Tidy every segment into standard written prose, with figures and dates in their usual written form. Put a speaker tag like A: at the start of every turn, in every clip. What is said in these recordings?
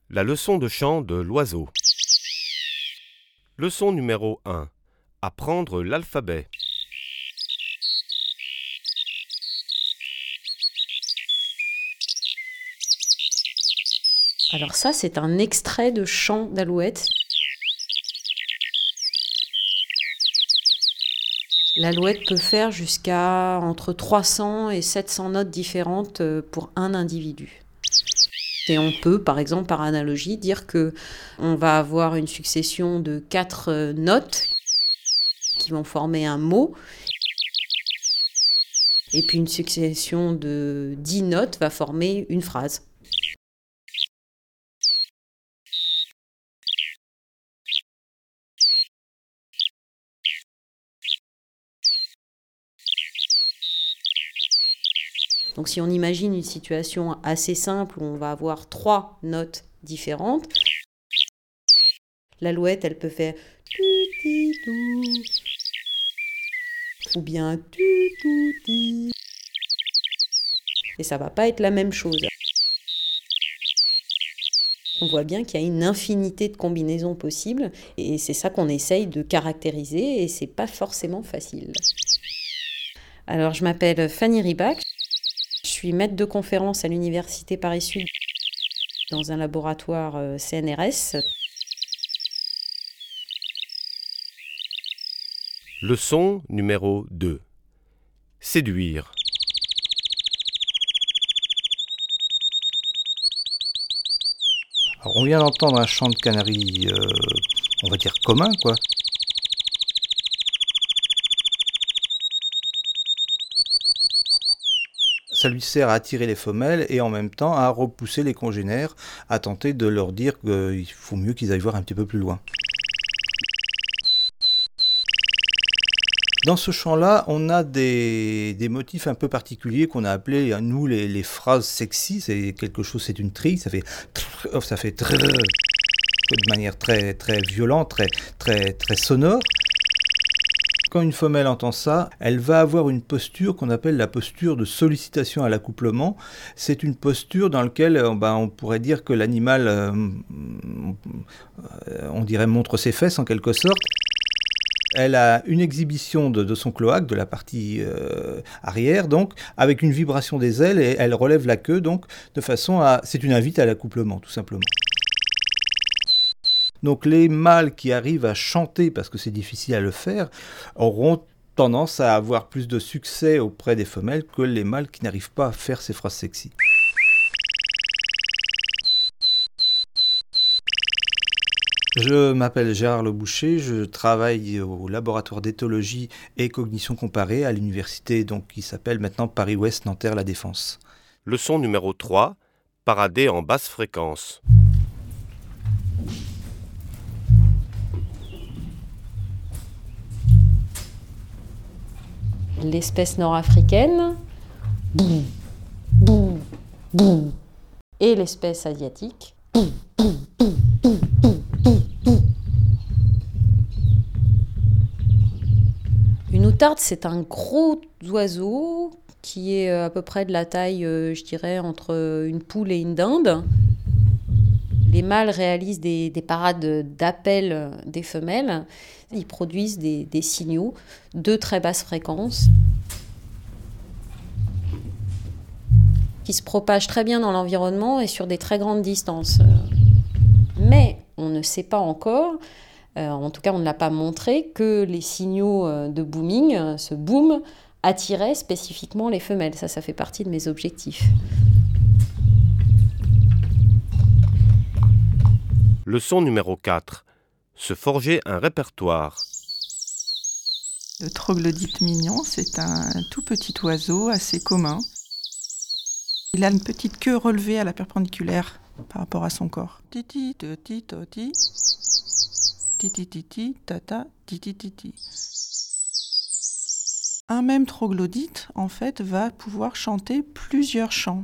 A: La leçon de chant de l'oiseau. Leçon numéro 1. Apprendre l'alphabet.
B: Alors ça, c'est un extrait de chant d'alouette. L'alouette peut faire jusqu'à entre 300 et 700 notes différentes pour un individu. Et on peut, par exemple, par analogie, dire que on va avoir une succession de 4 notes qui vont former un mot. Et puis une succession de 10 notes va former une phrase. Donc si on imagine une situation assez simple où on va avoir 3 notes différentes, l'alouette, elle peut faire tu-ti-tou, ou bien tu-tou-ti. Et ça va pas être la même chose. On voit bien qu'il y a une infinité de combinaisons possibles et c'est ça qu'on essaye de caractériser et c'est pas forcément facile. Alors je m'appelle Fanny Ribach, je suis maître de conférence à l'Université Paris-Sud dans un laboratoire CNRS.
A: Leçon numéro 2. Séduire.
C: Alors, on vient d'entendre un chant de canari, on va dire commun, quoi. Ça lui sert à attirer les femelles et en même temps à repousser les congénères, à tenter de leur dire qu'il faut mieux qu'ils aillent voir un petit peu plus loin. Dans ce chant-là, on a des motifs un peu particuliers qu'on a appelés, nous, les phrases sexy. C'est quelque chose, c'est une trille, ça fait de manière très, très violente, très, très sonore. Quand une femelle entend ça, elle va avoir une posture qu'on appelle la posture de sollicitation à l'accouplement. C'est une posture dans laquelle on pourrait dire que l'animal, on dirait, montre ses fesses en quelque sorte. Elle a une exhibition de son cloaque, de la partie arrière, donc, avec une vibration des ailes, et elle relève la queue, donc, de façon à... C'est une invite à l'accouplement, tout simplement. Donc les mâles qui arrivent à chanter, parce que c'est difficile à le faire, auront tendance à avoir plus de succès auprès des femelles que les mâles qui n'arrivent pas à faire ces phrases sexy. Je m'appelle Gérard Leboucher, je travaille au laboratoire d'éthologie et cognition comparée à l'université qui s'appelle maintenant Paris-Ouest Nanterre La Défense.
A: Leçon numéro 3. Parader en basse fréquence.
B: L'espèce nord-africaine, boum, boum, boum, et l'espèce asiatique, boum, boum, boum, boum, boum, boum, boum. Une outarde, c'est un gros oiseau qui est à peu près de la taille, je dirais, entre une poule et une dinde. Les mâles réalisent des parades d'appel des femelles. Ils produisent des signaux de très basse fréquence qui se propagent très bien dans l'environnement et sur des très grandes distances. Mais on ne sait pas encore, en tout cas on ne l'a pas montré, que les signaux de booming, ce boom, attiraient spécifiquement les femelles. Ça fait partie de mes objectifs.
A: Leçon numéro 4. Se forger un répertoire.
D: Le troglodyte mignon, c'est un tout petit oiseau assez commun. Il a une petite queue relevée à la perpendiculaire par rapport à son corps. Titi, toti, toti, titi, titi, tata, titi, titi. Un même troglodyte, en fait, va pouvoir chanter plusieurs chants.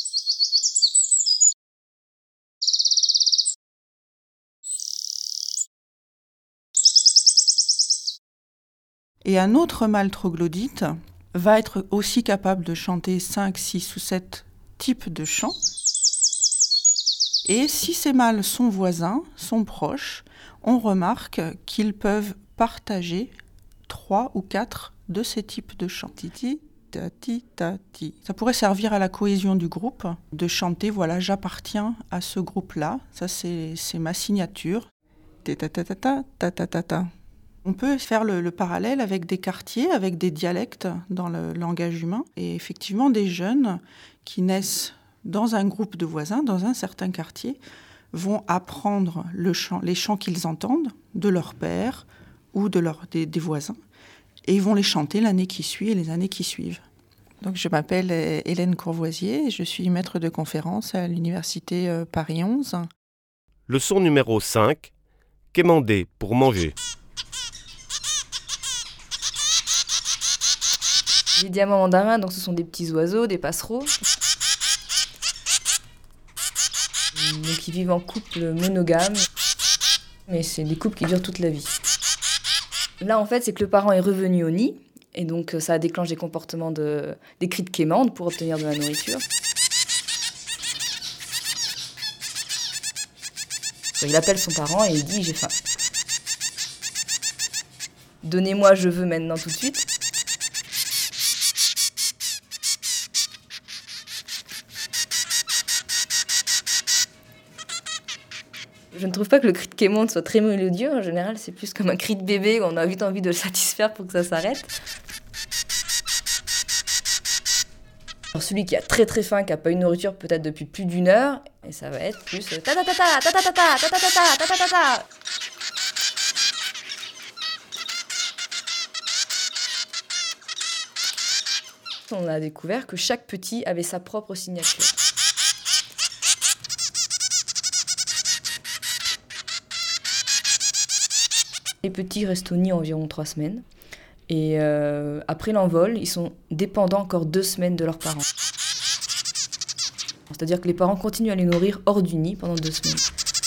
D: Et un autre mâle troglodyte va être aussi capable de chanter 5, 6 ou 7 types de chants. Et si ces mâles sont voisins, sont proches, on remarque qu'ils peuvent partager 3 ou 4 de ces types de chants. Titi, tati, tati. Ça pourrait servir à la cohésion du groupe, de chanter, voilà, j'appartiens à ce groupe-là. Ça, c'est ma signature. Ta-ta-ta-ta, ta-ta-ta-ta. On peut faire le parallèle avec des quartiers, avec des dialectes dans le langage humain. Et effectivement, des jeunes qui naissent dans un groupe de voisins, dans un certain quartier, vont apprendre les chants qu'ils entendent de leur père ou des voisins. Et ils vont les chanter l'année qui suit et les années qui suivent. Donc, je m'appelle Hélène Courvoisier et je suis maître de conférence à l'université Paris 11.
A: Leçon numéro 5. Quémander pour manger.
E: Les diamants mandarins, donc ce sont des petits oiseaux, des passereaux. Donc ils vivent en couple monogame, mais c'est des couples qui durent toute la vie. Là en fait c'est que le parent est revenu au nid, et donc ça déclenche des comportements des cris de quémande pour obtenir de la nourriture. Il appelle son parent et il dit j'ai faim. Donnez-moi, je veux maintenant tout de suite. Je ne trouve pas que le cri de quémande soit très mélodieux. En général, c'est plus comme un cri de bébé où on a vite envie de le satisfaire pour que ça s'arrête. Alors celui qui a très très faim, qui n'a pas eu de nourriture peut-être depuis plus d'1 heure, et ça va être plus ta-ta-ta-ta, ta-ta-ta-ta, ta-ta-ta-ta, ta-ta-ta-ta. On a découvert que chaque petit avait sa propre signature. Les petits restent au nid environ 3 semaines. Et après l'envol, ils sont dépendants encore 2 semaines de leurs parents. C'est-à-dire que les parents continuent à les nourrir hors du nid pendant 2 semaines.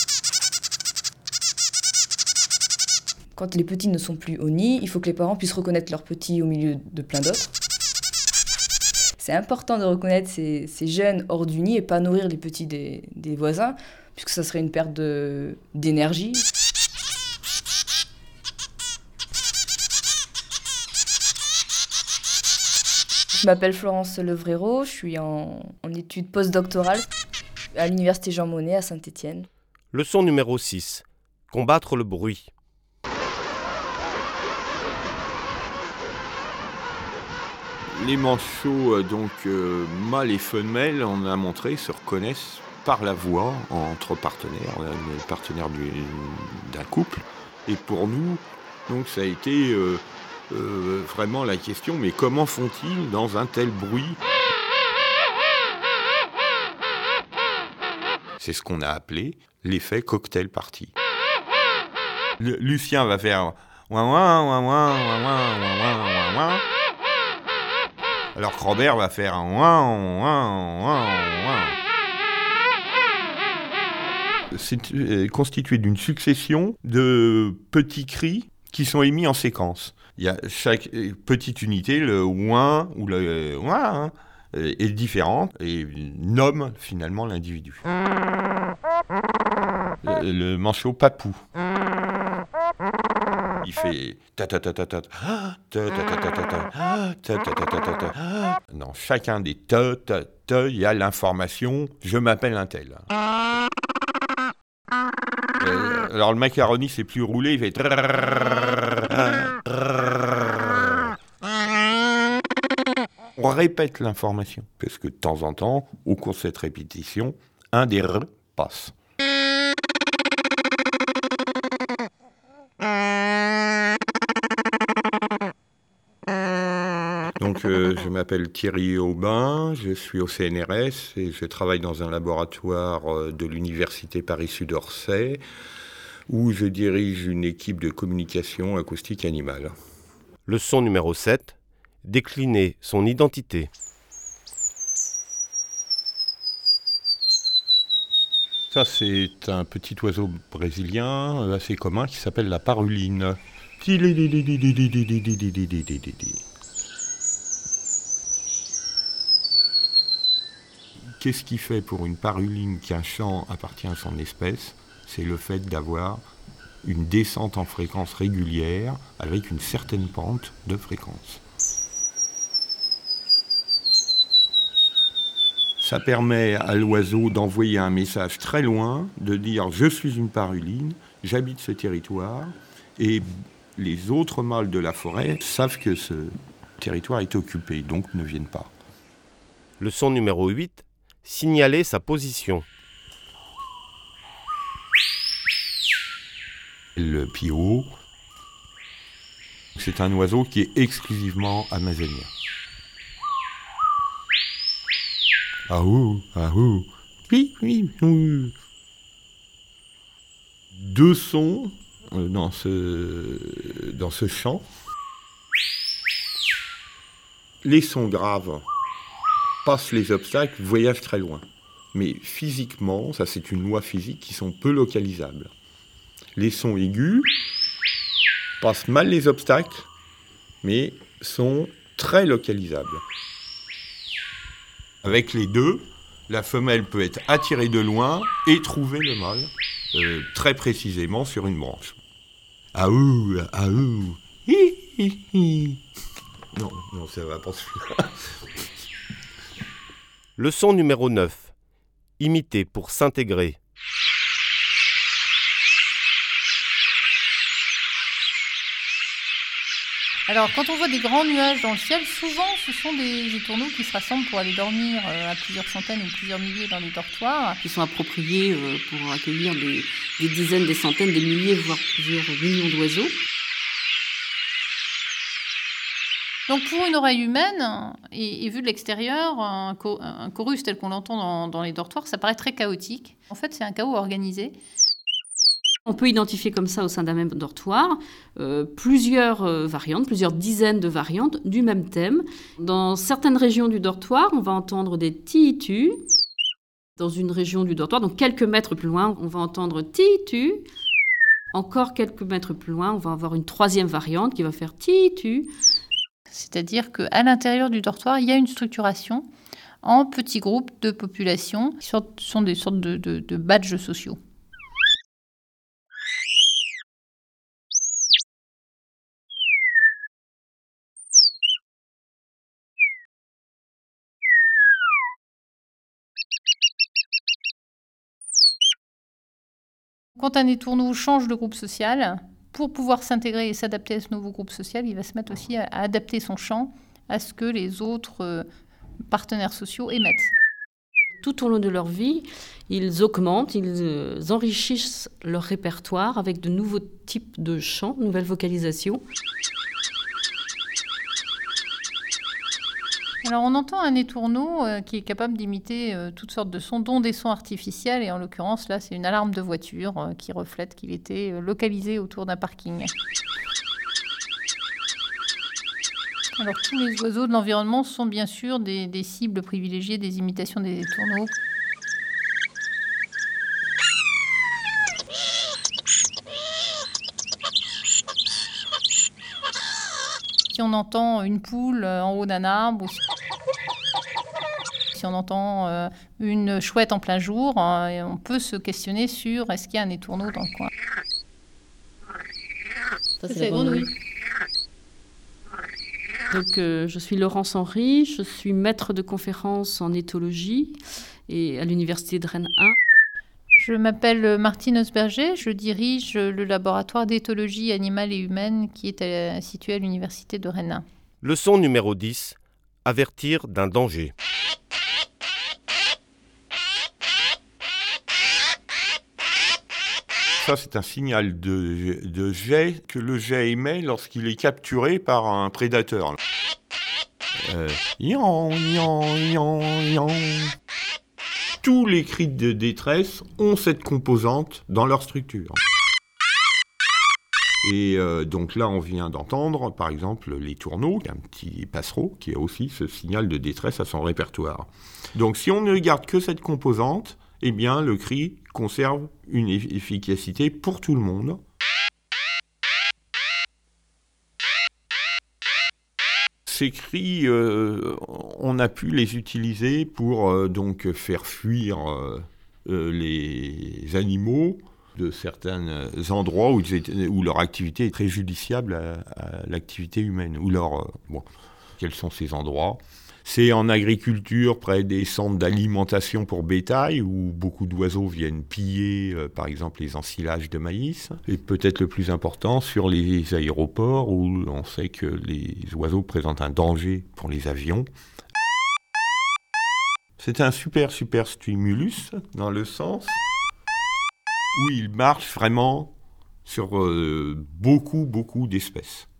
E: Quand les petits ne sont plus au nid, il faut que les parents puissent reconnaître leurs petits au milieu de plein d'autres. C'est important de reconnaître ces jeunes hors du nid et pas nourrir les petits des voisins, puisque ça serait une perte d'énergie. Je m'appelle Florence Levréro, je suis en études postdoctorales à l'université Jean Monnet à Saint-Étienne.
A: Leçon numéro 6. Combattre le bruit.
F: Les manchots, mâles et femelles, on a montré, se reconnaissent par la voix entre partenaires. On est partenaire d'un couple. Et pour nous, donc, ça a été vraiment la question, mais comment font-ils dans un tel bruit ? C'est ce qu'on a appelé l'effet cocktail party. Lucien va faire ouin ouin ouin ouin ouin ouin ouin, alors que Robert va faire ouin ouin ouin ouin. C'est constitué d'une succession de petits cris qui sont émis en séquence. Il y a chaque petite unité, le ouin ou le ouin, est différente et nomme finalement l'individu. Le manchot papou. Il fait ta ta ta ta ta ta ta ta ta ta ta ta ta. Dans chacun des ta ta ta, il y a l'information je m'appelle un tel. Alors le macaroni c'est plus roulé, il fait. On répète l'information parce que de temps en temps, au cours de cette répétition, un des r passe. Donc, je m'appelle Thierry Aubin, je suis au CNRS et je travaille dans un laboratoire de l'Université Paris-Sud-Orsay où je dirige une équipe de communication acoustique animale.
A: Leçon numéro 7. Décliner son identité.
F: Ça, c'est un petit oiseau brésilien assez commun qui s'appelle la paruline. qu'est-ce qui fait pour une paruline qu'un chant appartient à son espèce ? C'est le fait d'avoir une descente en fréquence régulière avec une certaine pente de fréquence. Ça permet à l'oiseau d'envoyer un message très loin, de dire « je suis une paruline, j'habite ce territoire » et les autres mâles de la forêt savent que ce territoire est occupé, donc ne viennent pas.
A: Leçon numéro 8. Signaler sa position.
F: Le piot, c'est un oiseau qui est exclusivement amazonien. Ahou, ahou, oui, oui, oui. Deux sons dans ce chant. Les sons graves passent les obstacles, voyagent très loin. Mais physiquement, ça c'est une loi physique, qui sont peu localisables. Les sons aigus passent mal les obstacles, mais sont très localisables. Avec les deux, la femelle peut être attirée de loin et trouver le mâle très précisément sur une branche. Aou, aou, hi, hi, hi. Non, ça va pas suffire.
A: Leçon numéro 9. Imiter pour s'intégrer.
G: Alors, quand on voit des grands nuages dans le ciel, souvent, ce sont des étourneaux qui se rassemblent pour aller dormir à plusieurs centaines ou plusieurs milliers dans les dortoirs.
H: Qui sont appropriés pour accueillir des dizaines, des centaines, des milliers, voire plusieurs millions d'oiseaux.
G: Donc, pour une oreille humaine, et vu de l'extérieur, un chorus tel qu'on l'entend dans les dortoirs, ça paraît très chaotique. En fait, c'est un chaos organisé.
H: On peut identifier comme ça au sein d'un même dortoir plusieurs variantes, plusieurs dizaines de variantes du même thème. Dans certaines régions du dortoir, on va entendre des ti-tu. Dans une région du dortoir, donc quelques mètres plus loin, on va entendre ti-tu. Encore quelques mètres plus loin, on va avoir une troisième variante qui va faire ti-tu.
G: C'est-à-dire qu'à l'intérieur du dortoir, il y a une structuration en petits groupes de population qui sont des sortes de badges sociaux. Quand un étourneau change de groupe social, pour pouvoir s'intégrer et s'adapter à ce nouveau groupe social, il va se mettre aussi à adapter son chant à ce que les autres partenaires sociaux émettent.
H: Tout au long de leur vie, ils augmentent, ils enrichissent leur répertoire avec de nouveaux types de chants, de nouvelles vocalisations.
G: Alors on entend un étourneau qui est capable d'imiter toutes sortes de sons, dont des sons artificiels, et en l'occurrence là c'est une alarme de voiture qui reflète qu'il était localisé autour d'un parking. Alors tous les oiseaux de l'environnement sont bien sûr des cibles privilégiées des imitations des étourneaux. Si on entend une poule en haut d'un arbre, ou si on entend une chouette en plein jour, on peut se questionner sur est-ce qu'il y a un étourneau dans le coin.
H: Ça, c'est la grenouille. Donc, je suis Laurence Henry, je suis maître de conférences en éthologie et à l'université de Rennes 1.
G: Je m'appelle Martine Osberger, je dirige le laboratoire d'éthologie animale et humaine qui est situé à l'université de Rennes 1.
A: Leçon numéro 10. Avertir d'un danger.
F: Ça, c'est un signal de jet que le jet émet lorsqu'il est capturé par un prédateur. Yan, yan, yan, yan. Tous les cris de détresse ont cette composante dans leur structure. Et donc là, on vient d'entendre, par exemple, les tourneaux, un petit passereau qui a aussi ce signal de détresse à son répertoire. Donc si on ne garde que cette composante, eh bien le cri conserve une efficacité pour tout le monde. ces cris, on a pu les utiliser pour donc faire fuir les animaux de certains endroits où leur activité est préjudiciable à l'activité humaine. Quels sont ces endroits ? C'est en agriculture, près des centres d'alimentation pour bétail, où beaucoup d'oiseaux viennent piller, par exemple, les ensilages de maïs. Et peut-être le plus important, sur les aéroports, où on sait que les oiseaux présentent un danger pour les avions. C'est un super stimulus, dans le sens où il marche vraiment sur beaucoup d'espèces.